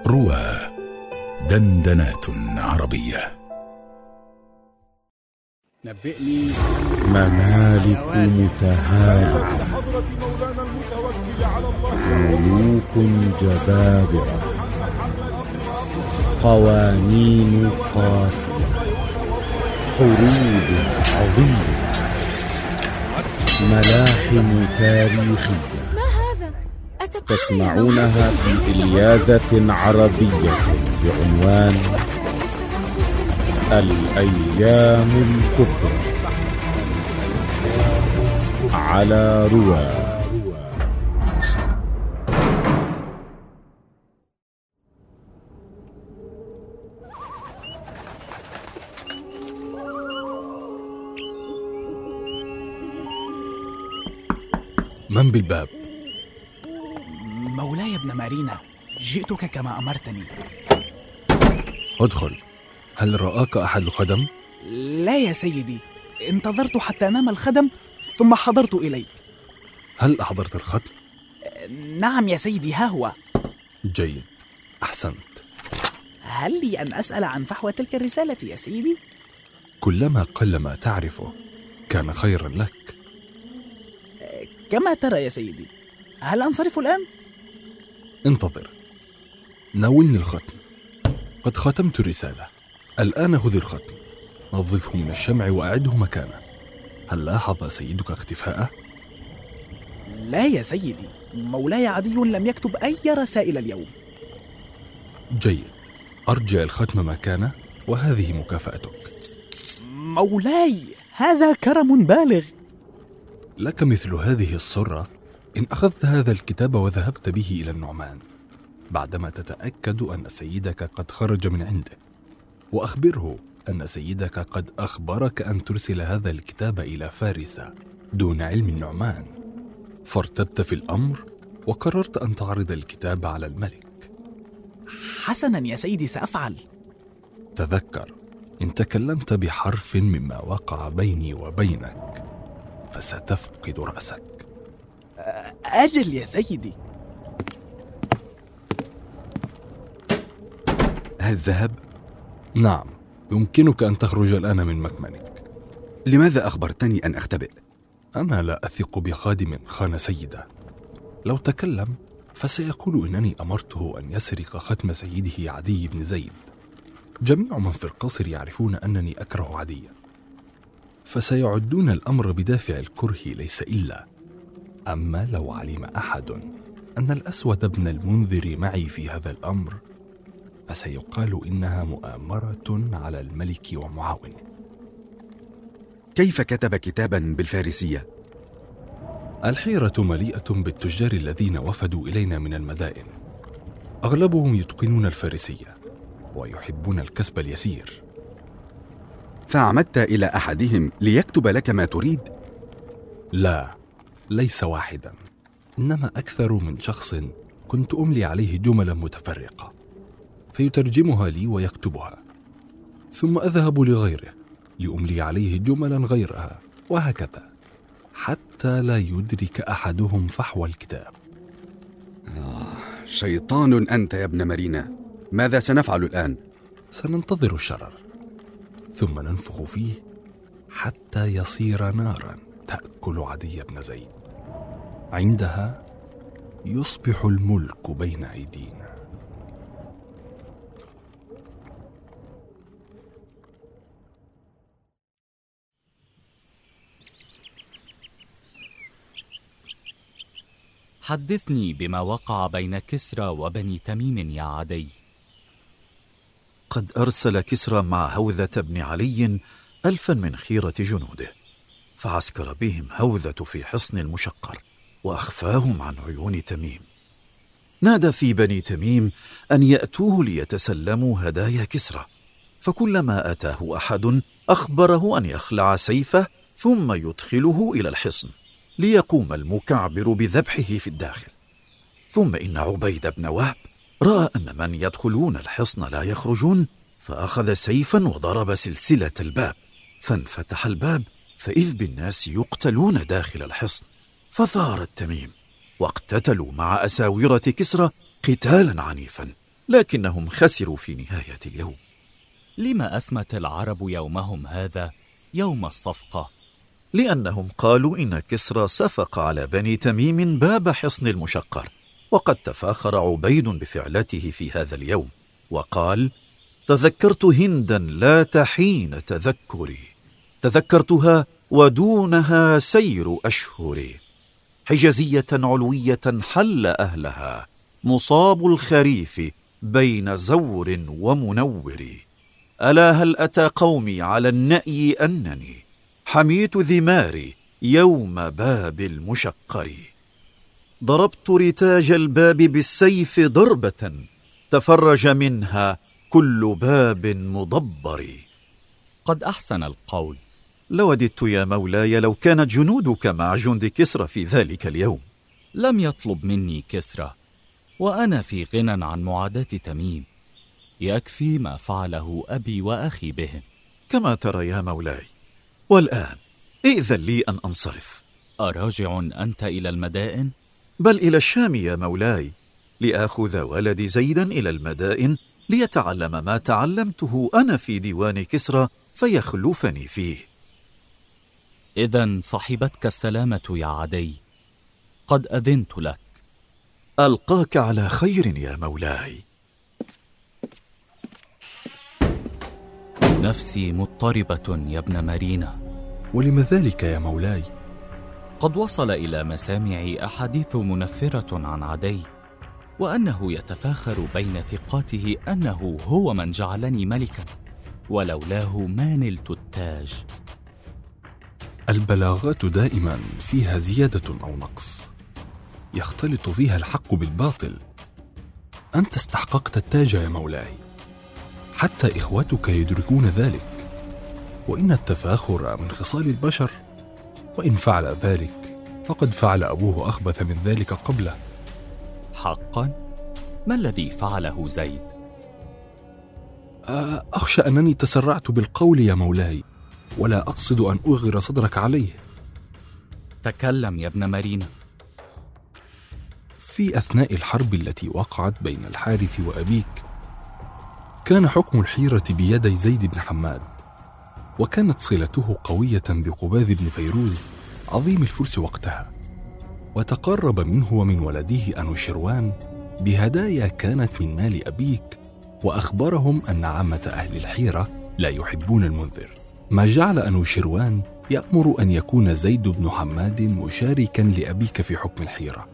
روى دندنات عربية. نبئني. ممالك متهالكة، ملوك جبابرة، قوانين قاسية، حروب عظيمة، ملاحم تاريخية تسمعونها في إلياذة عربية بعنوان الأيام الكبرى على روى. من بالباب؟ مولاي ابن مارينا، جئتك كما أمرتني. ادخل. هل رآك أحد الخدم؟ لا يا سيدي، انتظرت حتى نام الخدم ثم حضرت إليك. هل أحضرت الختم؟ نعم يا سيدي، ها هو. جيد، أحسنت. هل لي أن أسأل عن فحوى تلك الرسالة يا سيدي؟ كلما قل ما تعرفه كان خيرا لك. كما ترى يا سيدي. هل أنصرف الآن؟ انتظر، ناولني الختم. قد ختمت الرسالة. الآن خذ الختم، نظفه من الشمع وأعده مكانه. هل لاحظ سيدك اختفاءه؟ لا يا سيدي، مولاي عدي لم يكتب أي رسائل اليوم. جيد، أرجع الختم مكانه وهذه مكافأتك. مولاي، هذا كرم بالغ. لك مثل هذه السرة إن أخذت هذا الكتاب وذهبت به إلى النعمان بعدما تتأكد أن سيدك قد خرج من عنده، وأخبره أن سيدك قد أخبرك أن ترسل هذا الكتاب إلى فارس دون علم النعمان، فارتبت في الأمر وقررت أن تعرض الكتاب على الملك. حسنا يا سيدي، سأفعل. تذكر، إن تكلمت بحرف مما وقع بيني وبينك فستفقد رأسك. أجل يا سيدي. هل ذهب؟ نعم، يمكنك أن تخرج الآن من مكمنك. لماذا أخبرتني أن أختبئ؟ أنا لا أثق بخادم خان سيده. لو تكلم فسيقول إنني أمرته أن يسرق ختم سيده عدي بن زيد. جميع من في القصر يعرفون أنني أكره عديا، فسيعدون الأمر بدافع الكره ليس إلا. أما لو علم أحد أن الأسود بن المنذر معي في هذا الأمر فسيقال إنها مؤامرة على الملك ومعاونه. كيف كتب كتابا بالفارسية؟ الحيرة مليئة بالتجار الذين وفدوا إلينا من المدائن، أغلبهم يتقنون الفارسية ويحبون الكسب اليسير. فعمدت إلى أحدهم ليكتب لك ما تريد؟ لا، ليس واحدا، إنما أكثر من شخص كنت أملي عليه جملا متفرقة فيترجمها لي ويكتبها، ثم أذهب لغيره لأملي عليه جملا غيرها، وهكذا حتى لا يدرك أحدهم فحوى الكتاب. شيطان أنت يا ابن مارينا. ماذا سنفعل الآن؟ سننتظر الشرر ثم ننفخ فيه حتى يصير نارا تأكل عدي بن زيد. عندها يصبح الملك بين أيدينا. حدثني بما وقع بين كسرى وبني تميم يا عدي. قد أرسل كسرى مع هوذة بن علي 1000 من خيرة جنوده، فعسكر بهم هوذة في حصن المشقر وأخفاهم عن عيون تميم. نادى في بني تميم أن يأتوه ليتسلموا هدايا كسرى، فكلما أتاه أحد أخبره أن يخلع سيفه ثم يدخله إلى الحصن ليقوم المكعبر بذبحه في الداخل. ثم إن عبيد بن وهب رأى أن من يدخلون الحصن لا يخرجون، فأخذ سيفا وضرب سلسلة الباب، فانفتح الباب فإذ بالناس يقتلون داخل الحصن. فثار التميم واقتتلوا مع أساورة كسرى قتالا عنيفا، لكنهم خسروا في نهاية اليوم. لما أسمت العرب يومهم هذا يوم الصفقة؟ لأنهم قالوا إن كسرى سفق على بني تميم باب حصن المشقر، وقد تفاخر عبيد بفعلته في هذا اليوم وقال: تذكرت هندا لا تحين تذكري، تذكرتها ودونها سير أشهري، حجزية علوية حل أهلها، مصاب الخريف بين زور ومنور. ألا هل أتى قومي على النأي أنني حميت ذماري يوم باب المشقر. ضربت رتاج الباب بالسيف ضربة تفرج منها كل باب مضبر. قد أحسن القول. لوددت يا مولاي لو كانت جنودك مع جند كسرى في ذلك اليوم. لم يطلب مني كسرى، وأنا في غنى عن معاداة تميم، يكفي ما فعله أبي وأخي بهم. كما ترى يا مولاي. والآن ائذن لي أن أنصرف. أراجع أنت إلى المدائن؟ بل إلى الشام يا مولاي، لآخذ ولدي زيدا إلى المدائن ليتعلم ما تعلمته أنا في ديوان كسرى فيخلفني فيه. إذن صحبتك السلامة يا عدي، قد أذنت لك. ألقاك على خير يا مولاي. نفسي مضطربة يا ابن مارينا. ولم ذلك يا مولاي؟ قد وصل إلى مسامعي أحاديث منفرة عن عدي، وأنه يتفاخر بين ثقاته أنه هو من جعلني ملكا، ولولاه ما نلت التاج. البلاغات دائما فيها زيادة أو نقص، يختلط فيها الحق بالباطل. أنت استحققت التاج يا مولاي، حتى إخوتك يدركون ذلك، وإن التفاخر من خصال البشر، وإن فعل ذلك فقد فعل أبوه أخبث من ذلك قبله. حقا؟ ما الذي فعله زيد؟ أخشى أنني تسرعت بالقول يا مولاي، ولا أقصد أن أغر صدرك عليه. تكلم يا ابن مارينا. في أثناء الحرب التي وقعت بين الحارث وأبيك، كان حكم الحيرة بيدي زيد بن حماد، وكانت صلته قوية بقباذ بن فيروز عظيم الفرس وقتها، وتقرب منه ومن ولده أنوشروان بهدايا كانت من مال أبيك، وأخبرهم أن عامة أهل الحيرة لا يحبون المنذر، ما جعل أنوشروان يأمر أن يكون زيد بن حماد مشاركا لأبيك في حكم الحيرة.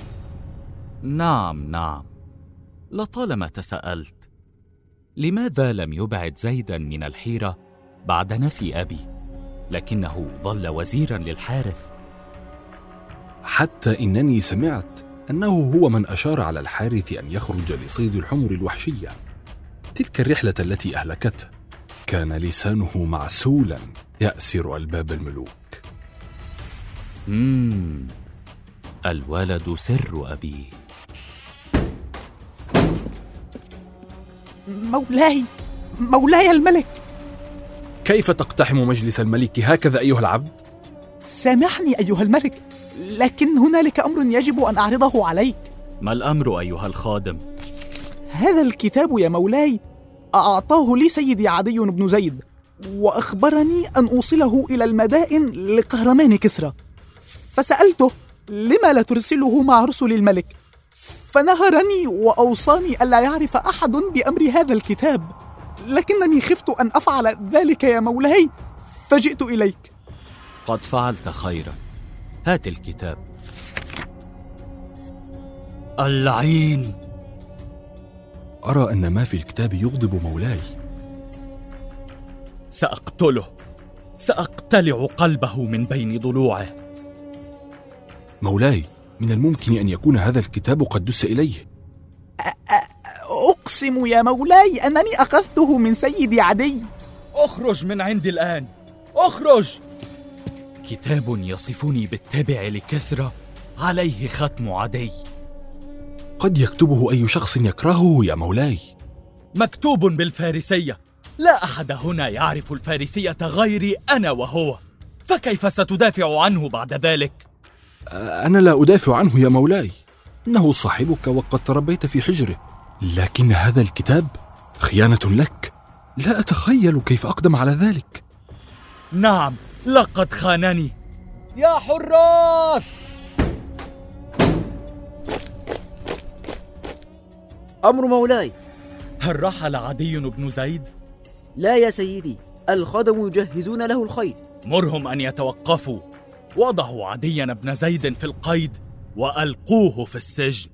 نعم، لطالما تساءلت لماذا لم يبعد زيدا من الحيرة بعد نفي أبي، لكنه ظل وزيرا للحارث. حتى إنني سمعت أنه هو من أشار على الحارث أن يخرج لصيد الحمر الوحشية، تلك الرحلة التي أهلكته. كان لسانه معسولا يأسر ألباب الملوك. الولد سر أبي. مولاي الملك. كيف تقتحم مجلس الملك هكذا أيها العبد؟ سامحني أيها الملك، لكن هنالك أمر يجب أن أعرضه عليك. ما الأمر أيها الخادم؟ هذا الكتاب يا مولاي أعطاه لي سيدي عدي بن زيد، وأخبرني أن أوصله إلى المدائن لقهرمان كسرى، فسألته لما لا ترسله مع رسل الملك، فنهرني وأوصاني ألا يعرف أحد بأمر هذا الكتاب، لكنني خفت أن أفعل ذلك يا مولاي فجئت إليك. قد فعلت خيرا، هات الكتاب. اللعين. أرى أن ما في الكتاب يغضب مولاي. سأقتله، سأقتلع قلبه من بين ضلوعه. مولاي، من الممكن أن يكون هذا الكتاب قد دس إليه. أقسم يا مولاي أنني أخذته من سيدي عدي. اخرج من عندي الآن، اخرج. كتاب يصفني بالتابع لكسرى، عليه ختم عدي. قد يكتبه أي شخص يكرهه يا مولاي. مكتوب بالفارسية، لا أحد هنا يعرف الفارسية غيري أنا وهو، فكيف ستدافع عنه بعد ذلك؟ أنا لا أدافع عنه يا مولاي، إنه صاحبك وقد تربيت في حجره، لكن هذا الكتاب خيانة لك. لا أتخيل كيف أقدم على ذلك. نعم، لقد خانني. يا حراس! أمر مولاي. هل رحل عدي بن زيد؟ لا يا سيدي، الخدم يجهزون له الخيل. مرهم أن يتوقفوا. وضعوا عدي بن زيد في القيد وألقوه في السجن.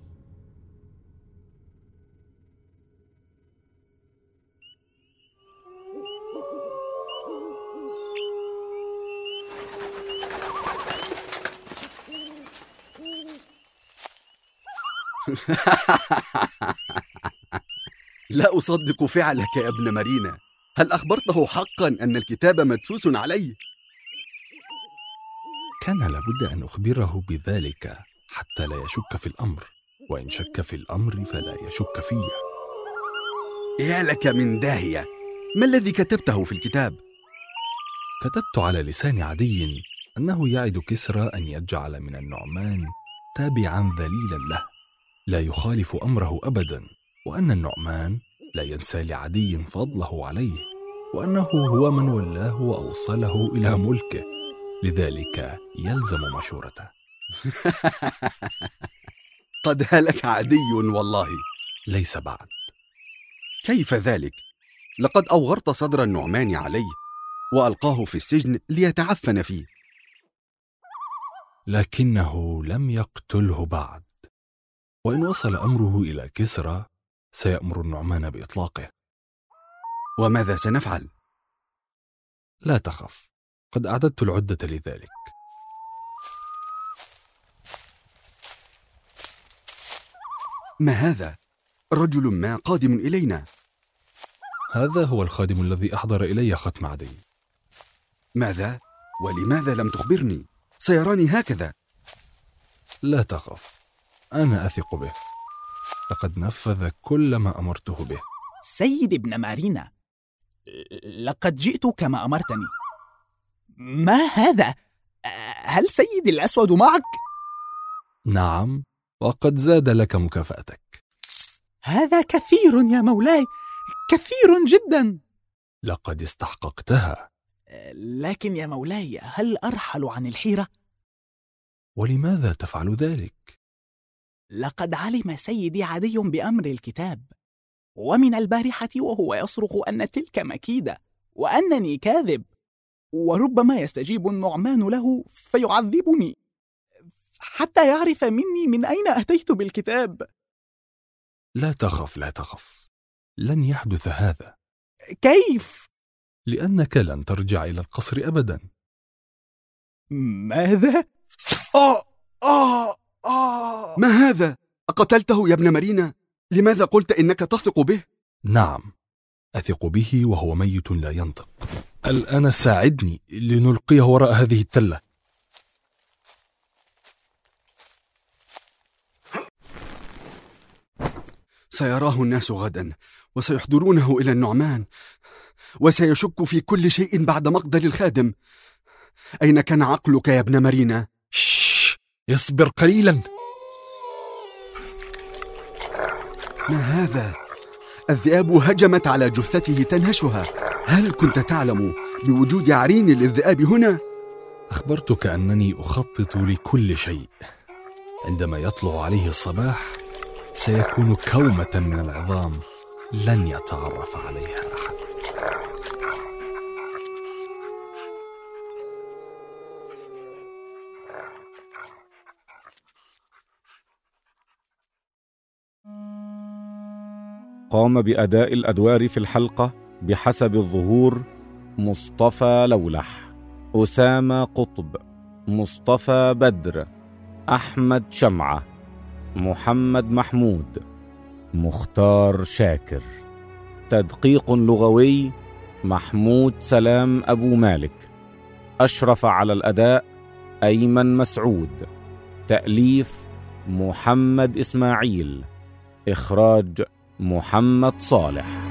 لا أصدق فعلك يا ابن مارينا. هل أخبرته حقا أن الكتاب مدسوس عليه؟ كان لابد أن أخبره بذلك حتى لا يشك في الأمر، وإن شك في الأمر فلا يشك فيه. يا لك من داهية، ما الذي كتبته في الكتاب؟ كتبت على لسان عدي أنه يعد كسرى أن يجعل من النعمان تابعا ذليلا له لا يخالف أمره أبدا، وأن النعمان لا ينسى لعدي فضله عليه، وأنه هو من ولاه وأوصله إلى ملكه، لذلك يلزم مشورته. قد هلك عدي والله. ليس بعد. كيف ذلك؟ لقد أوغرت صدر النعمان عليه وألقاه في السجن ليتعفن فيه. لكنه لم يقتله بعد، وإن وصل أمره إلى كسرى سيأمر النعمان بإطلاقه. وماذا سنفعل؟ لا تخف، قد أعددت العدة لذلك. ما هذا؟ رجل ما قادم إلينا. هذا هو الخادم الذي أحضر إلي ختم عدي. ماذا؟ ولماذا لم تخبرني؟ سيراني هكذا. لا تخف، أنا أثق به، لقد نفذ كل ما أمرته به. سيد ابن مارينا، لقد جئت كما أمرتني. ما هذا؟ هل سيدي الأسود معك؟ نعم، وقد زاد لك مكافأتك. هذا كثير يا مولاي، كثير جدا. لقد استحققتها. لكن يا مولاي، هل أرحل عن الحيرة؟ ولماذا تفعل ذلك؟ لقد علم سيدي عدي بأمر الكتاب، ومن البارحة وهو يصرخ أن تلك مكيدة وأنني كاذب، وربما يستجيب النعمان له فيعذبني حتى يعرف مني من أين أتيت بالكتاب. لا تخف، لا تخف، لن يحدث هذا. كيف؟ لأنك لن ترجع إلى القصر أبدا. ماذا؟ ما هذا؟ أقتلته يا ابن مارينا؟ لماذا قلت إنك تثق به؟ نعم، أثق به وهو ميت لا ينطق. الآن ساعدني لنلقيه وراء هذه التلة. سيراه الناس غدا وسيحضرونه إلى النعمان، وسيشك في كل شيء بعد مقتل الخادم. أين كان عقلك يا ابن مارينا؟ اصبر قليلا. ما هذا؟ الذئاب هجمت على جثته تنهشها. هل كنت تعلم بوجود عرين للذئاب هنا؟ أخبرتك أنني أخطط لكل شيء. عندما يطلع عليه الصباح سيكون كومة من العظام لن يتعرف عليها أحد. قام بأداء الأدوار في الحلقة بحسب الظهور: مصطفى لولح، أسامة قطب، مصطفى بدر، أحمد شمعة، محمد محمود، مختار شاكر. تدقيق لغوي: محمود سلام أبو مالك. أشرف على الأداء: أيمن مسعود. تأليف: محمد إسماعيل. إخراج: محمد صالح.